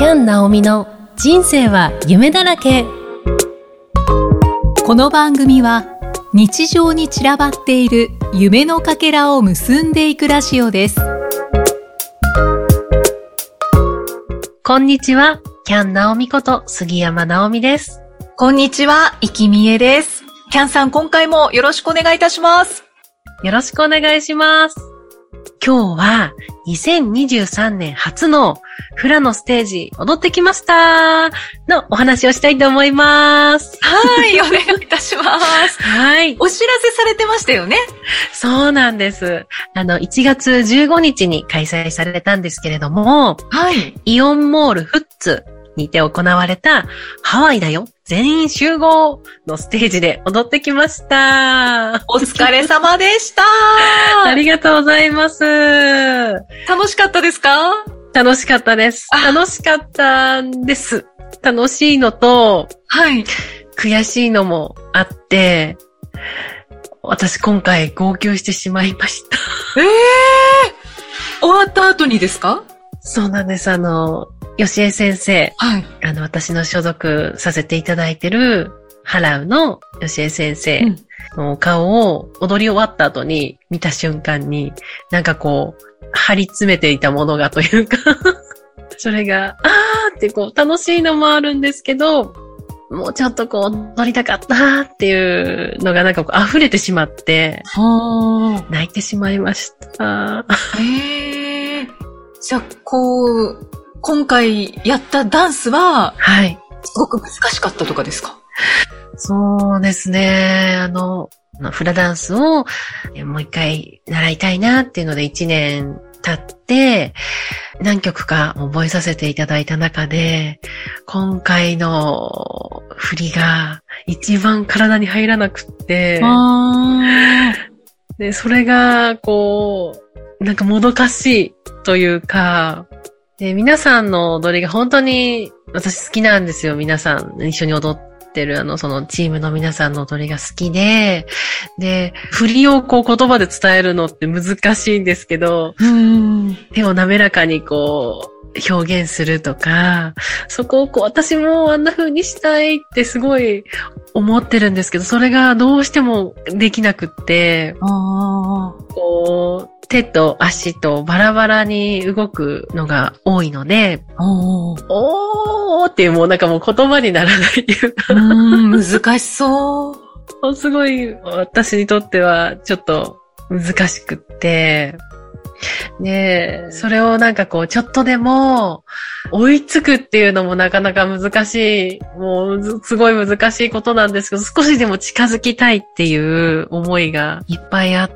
キャン・ナオミの人生は夢だらけ。 この番組は日常に散らばっている夢のかけらを結んでいくラジオです。 こんにちは、キャン・ナオミこと杉山直美です。 こんにちは、生きみえです。キャンさん、今回もよろしくお願いいたします。 よろしくお願いします。今日は2023年初のフラのステージ踊ってきましたのお話をしたいと思います。 はい、お願いいたします。 はい。 お知らせされてましたよね。 そうなんです。1月15日に開催されたんですけれども、 はい。 イオンモールフッツにて行われたハワイだよ全員集合のステージで踊ってきました。 お疲れ様でした。 ありがとうございます。 楽しかったですか？ 楽しかったです。楽しかったんです。楽しいのと、 はい。 悔しいのもあって、私今回号泣してしまいました。 終わった後にですか？ そうなんです。吉江先生。 はい。 私の所属させていただいてる、ハラウの吉江先生の顔を踊り終わった後に見た瞬間に、なんかこう、張り詰めていたものがというか、それが、ってこう、楽しいのもあるんですけど、もうちょっとこう、踊りたかったっていうのがなんかこう、溢れてしまって、泣いてしまいました。 じゃあ、今回やったダンスは、 はい。 すごく難しかったとかですか？ そうですね。フラダンスをもう一回習いたいなっていうので1年経って、何曲か覚えさせていただいた中で、今回の振りが一番体に入らなくって、で、それが、こう、なんかもどかしいというか、で、皆さんの踊りが本当に私好きなんですよ。皆さん一緒に踊ってるそのチームの皆さんの踊りが好きで、で、振りをこう言葉で伝えるのって難しいんですけど、手を滑らかにこう表現するとか、そこをこう私もあんな風にしたいってすごい思ってるんですけど、それがどうしてもできなくって、こう、手と足とバラバラに動くのが多いので、おーっていうもうなんかもう言葉にならないっていうか。 難しそう。 すごい私にとってはちょっと難しくって、で、それをなんかこうちょっとでも追いつくっていうのもなかなか難しい、もうすごい難しいことなんですけど、少しでも近づきたいっていう思いがいっぱいあって、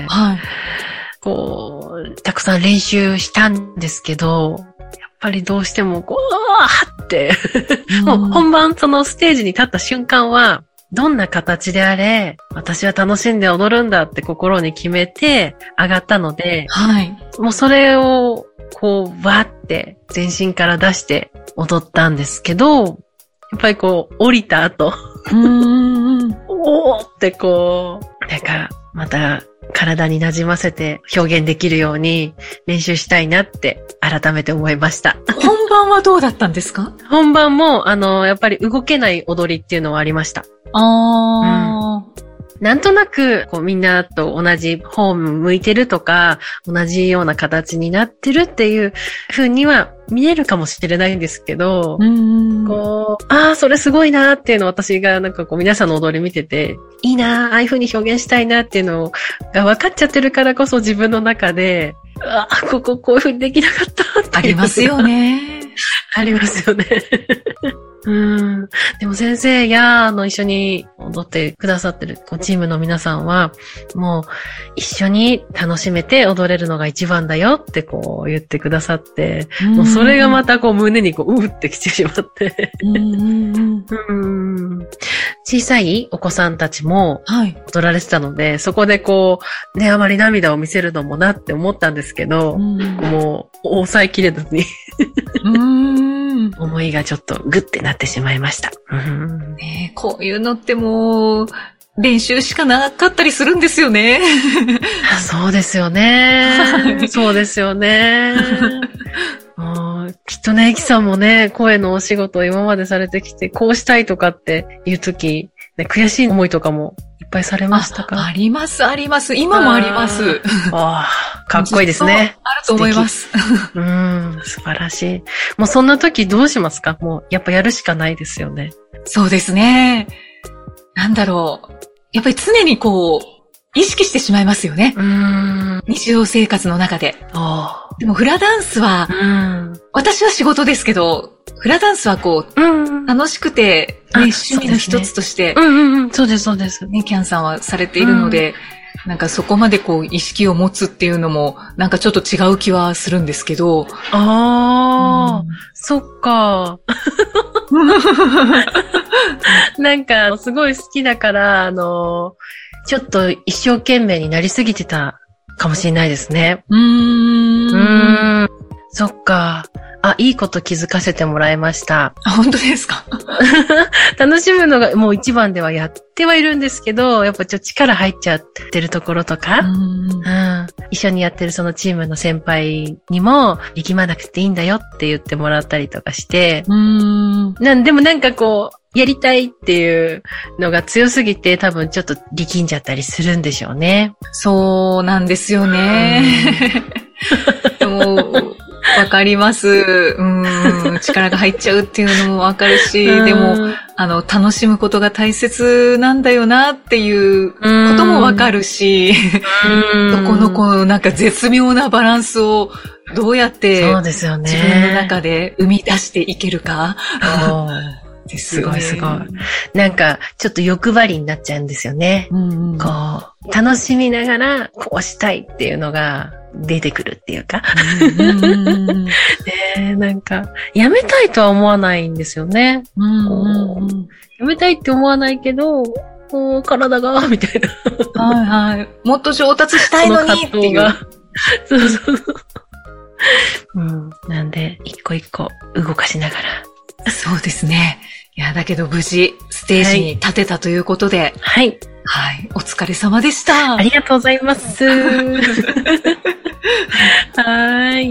はい。 こう、たくさん練習したんですけど、やっぱりどうしてもこう、って、もう本番そのステージに立った瞬間は、どんな形であれ、私は楽しんで踊るんだって心に決めて上がったので、 はい。 もうそれを、こう、わーって全身から出して踊ったんですけど、やっぱりこう、降りた後、おーってこう、なんか、また、体に馴染ませて表現できるように練習したいなって改めて思いました。 本番はどうだったんですか？ 本番も、やっぱり動けない踊りっていうのはありました。なんとなく、こうみんなと同じ方向いてるとか、同じような形になってるっていう風には見えるかもしれないんですけど、こう、それすごいなっていうのを私がなんかこう皆さんの踊り見てて、いいな、ああいう風に表現したいなっていうのが分かっちゃってるからこそ自分の中で、こういう風にできなかったって。 ありますよね。 ありますよね。でも先生や、一緒に踊ってくださってるチームの皆さんは、もう一緒に楽しめて踊れるのが一番だよってこう言ってくださって、もうそれがまたこう胸にこう、ってきてしまって。小さいお子さんたちも踊られてたので、そこでこう、ね、あまり涙を見せるのもなって思ったんですけど、もう抑えきれずに。思いがちょっとグッてなってしまいました。 こういうのってもう練習しかなかったりするんですよね。 そうですよね。そうですよね。きとね、エキさんもね、声のお仕事を今までされてきて、こうしたいとかっていうとき、ね、悔しい思いとかもいっぱいされましたか？ あります、あります。今もあります。 ああ、かっこいいですね。 あると思います。 素晴らしい。もうそんな時どうしますか？もうやっぱやるしかないですよね。 そうですね。なんだろう。やっぱり常にこう、意識してしまいますよね。日常生活の中で。でもフラダンスは、私は仕事ですけど、フラダンスはこう、楽しくて、ね、趣味の一つとして、 そうです、そうです。 ね、キャンさんはされているので、なんかそこまでこう意識を持つっていうのも、なんかちょっと違う気はするんですけど。 そっか。なんか、すごい好きだから、ちょっと一生懸命になりすぎてたかもしれないですね。そっか。あ、いいこと気づかせてもらいました。 本当ですか？ 楽しむのがもう一番ではやってはいるんですけど、やっぱちょっと力入っちゃってるところとか、一緒にやってるそのチームの先輩にも、力まなくていいんだよって言ってもらったりとかして、でもなんかこう、やりたいっていうのが強すぎて多分ちょっと力んじゃったりするんでしょうね。 そうなんですよね。でもわかります。力が入っちゃうっていうのもわかるし、でも、楽しむことが大切なんだよなっていうこともわかるし、そこのこのなんか絶妙なバランスをどうやって自分の中で生み出していけるか。 すごいすごい。なんか、ちょっと欲張りになっちゃうんですよね。こう、楽しみながら、こうしたいっていうのが出てくるっていうか。なんか、やめたいとは思わないんですよね。やめたいって思わないけど、体が、みたいな。 はいはい。もっと上達したいのにっていう。 そうそうそう。なんで、一個一個動かしながら。 そうですね。いや、だけど無事、ステージに立てたということで。 はい。 はい。お疲れ様でした。 ありがとうございます。はい。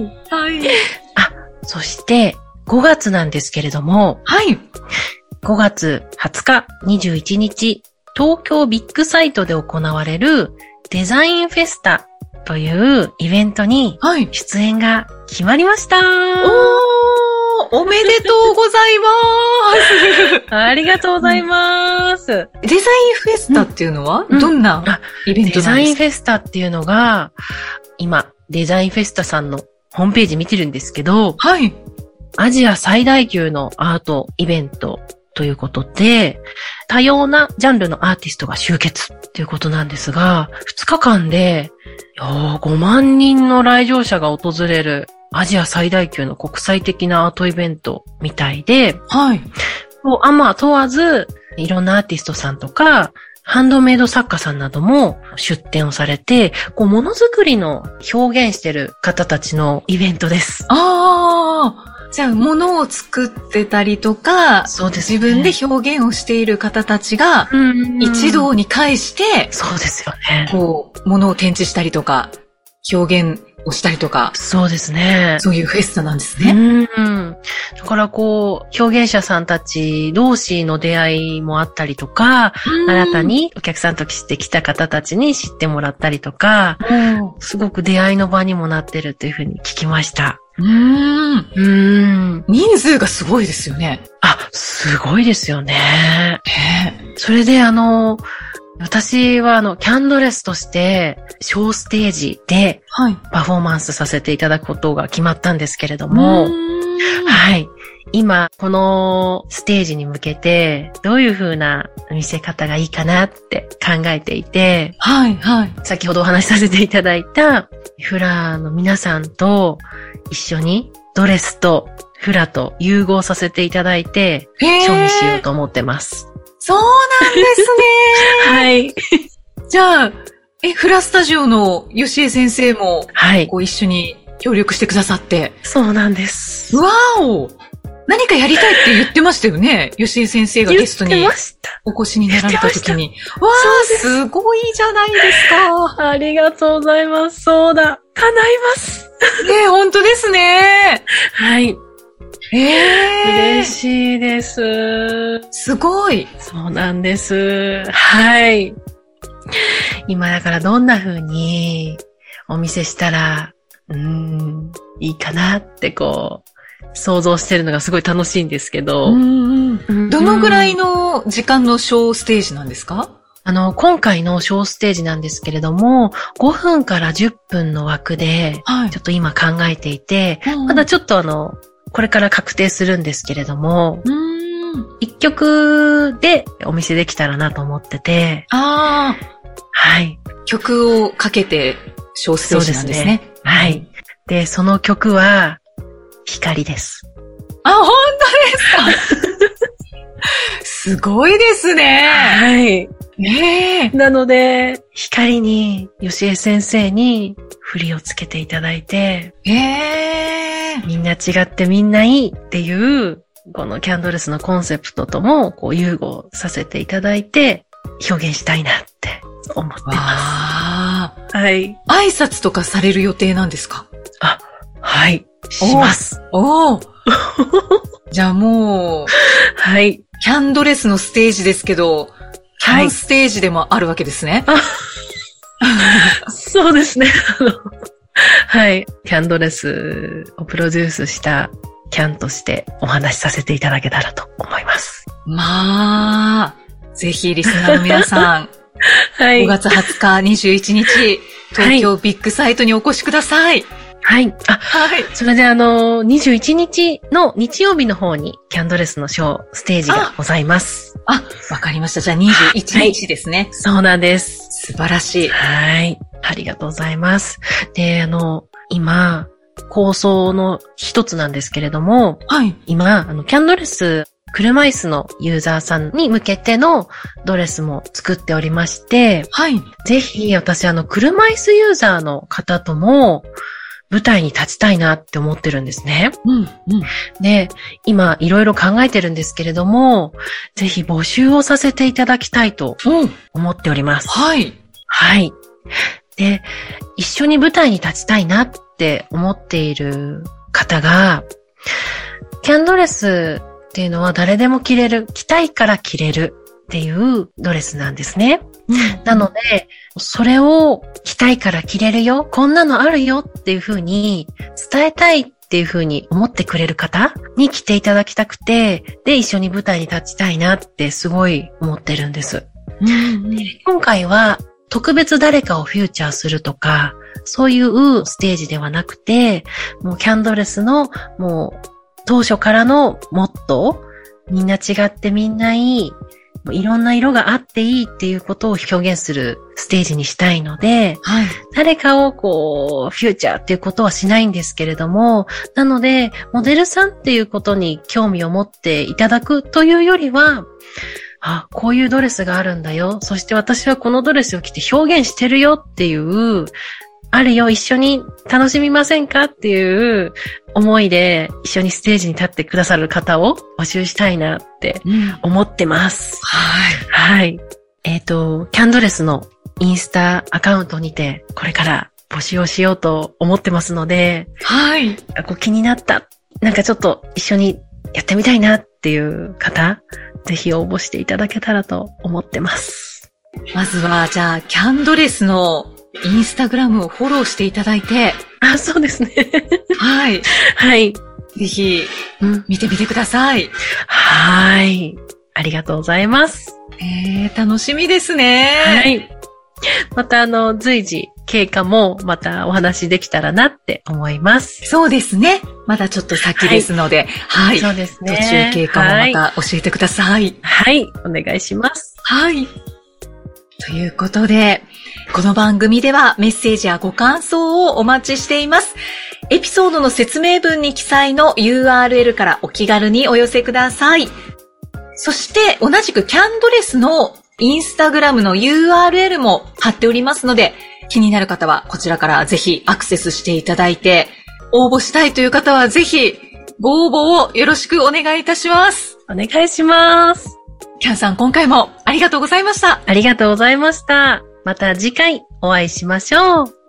はい。 そして、5月なんですけれども。 はい。 5月20日、21日、東京ビッグサイトで行われるデザインフェスタというイベントに出演が決まりました。 おめでとうございます。 ありがとうございます。 デザインフェスタっていうのはどんなイベントなんですか？デザインフェスタっていうのが、今、デザインフェスタさんのホームページ見てるんですけど、 はい。 アジア最大級のアートイベントということで、多様なジャンルのアーティストが集結ということなんですが、2日間で5万人の来場者が訪れるアジア最大級の国際的なアートイベントみたいで、 はい。 問わず、いろんなアーティストさんとか、ハンドメイド作家さんなども出展をされて、ものづくりの表現してる方たちのイベントです。 じゃあ、物を作ってたりとか、 そうですね、 自分で表現をしている方たちが、一堂に会して、 そうですよね。 物を展示したりとか、表現をしたりとか。 そうですね。 そういうフェスタなんですね。 だから表現者さんたち同士の出会いもあったりとか、新たにお客さんとして来た方たちに知ってもらったりとか、すごく出会いの場にもなってるというふうに聞きました。 人数がすごいですよね。 すごいですよね。それで私はキャンドレスとして小ステージでパフォーマンスさせていただくことが決まったんですけれども、はい。今、このステージに向けてどういう風な見せ方がいいかなって考えていて、先ほどお話しさせていただいたフラの皆さんと一緒にドレスとフラと融合させていただいて、ショーにしようと思ってます。 そうなんですね。 はい。 じゃあ、フラスタジオの吉江先生も、一緒に協力してくださって。 そうなんです。 わーお！何かやりたいって言ってましたよね。吉江先生がゲストにお越しになられた時に。わー、すごいじゃないですか。 ありがとうございます。そうだ。叶います。 ね、本当ですね。 はい。 嬉しいです。 すごい。 そうなんです。はい。今だからどんな風にお見せしたら、いいかなって想像してるのがすごい楽しいんですけど。 どのぐらいの時間のショーステージなんですか？ 今回のショーステージなんですけれども、5分から10分の枠で、ちょっと今考えていて、まだちょっとこれから確定するんですけれども、1曲でお見せできたらなと思ってて、 はい。曲をかけてショーステージなんですね。 はい。で、その曲は、光です。 本当ですか？すごいですね。 はい。なので、光に、吉江先生に振りをつけていただいて、みんな違ってみんないいっていう、このキャンドレスのコンセプトとも、融合させていただいて、表現したいなって思ってます。はい。 挨拶とかされる予定なんですか？ はい。します。 じゃあもう、 はい。 キャンドレスのステージですけど、キャンステージでもあるわけですね。 そうですね。はい。キャンドレスをプロデュースしたキャンとしてお話しさせていただけたらと思います。 ぜひリスナーの皆さん、 はい。 5月20日、21日、東京ビッグサイトにお越しください。 はい。それで21日の日曜日の方にキャンドレスのショー、ステージがございます。 わかりました。じゃあ21日ですね。 そうなんです。 素晴らしい。 はい。ありがとうございます。で、今、構想の一つなんですけれども、今、キャンドレス、車椅子のユーザーさんに向けてのドレスも作っておりまして、ぜひ私車椅子ユーザーの方とも舞台に立ちたいなって思ってるんですね。で、今いろいろ考えてるんですけれども、ぜひ募集をさせていただきたいと思っております。はい。で、一緒に舞台に立ちたいなって思っている方が、キャンドレスっていうのは誰でも着れる、着たいから着れるっていうドレスなんですね。なので、それを着たいから着れるよ、こんなのあるよっていう風に伝えたいっていう風に思ってくれる方に着ていただきたくて、で、一緒に舞台に立ちたいなってすごい思ってるんです。今回は特別誰かをフューチャーするとか、そういうステージではなくて、もうキャンドレスのもう当初からのモットー、みんな違ってみんないい、いろんな色があっていいっていうことを表現するステージにしたいので、誰かをフューチャーっていうことはしないんですけれども、なので、モデルさんっていうことに興味を持っていただくというよりは、こういうドレスがあるんだよ。そして私はこのドレスを着て表現してるよっていう、あるよ、一緒に楽しみませんかっていう思いで一緒にステージに立ってくださる方を募集したいなって思ってます。はい。キャンドレスのインスタアカウントにてこれから募集をしようと思ってますので、気になった、なんかちょっと一緒にやってみたいなっていう方、ぜひ応募していただけたらと思ってます。 まずは、じゃあ、キャンドレスのインスタグラムをフォローしていただいて。 そうですね。 はい。ぜひ、見てみてください。 はい。ありがとうございます。 楽しみですね。 はい。また随時経過もまたお話できたらなって思います。 そうですね。まだちょっと先ですので、 そうですね。 途中経過もまた教えてください。 お願いします。 ということで、この番組ではメッセージやご感想をお待ちしています。エピソードの説明文に記載の URL からお気軽にお寄せください。そして同じくキャンドレスのインスタグラムの URL も貼っておりますので、気になる方はこちらからぜひアクセスしていただいて、応募したいという方はぜひご応募をよろしくお願いいたします。 お願いします。 キャンさん、今回もありがとうございました。 ありがとうございました。また次回お会いしましょう。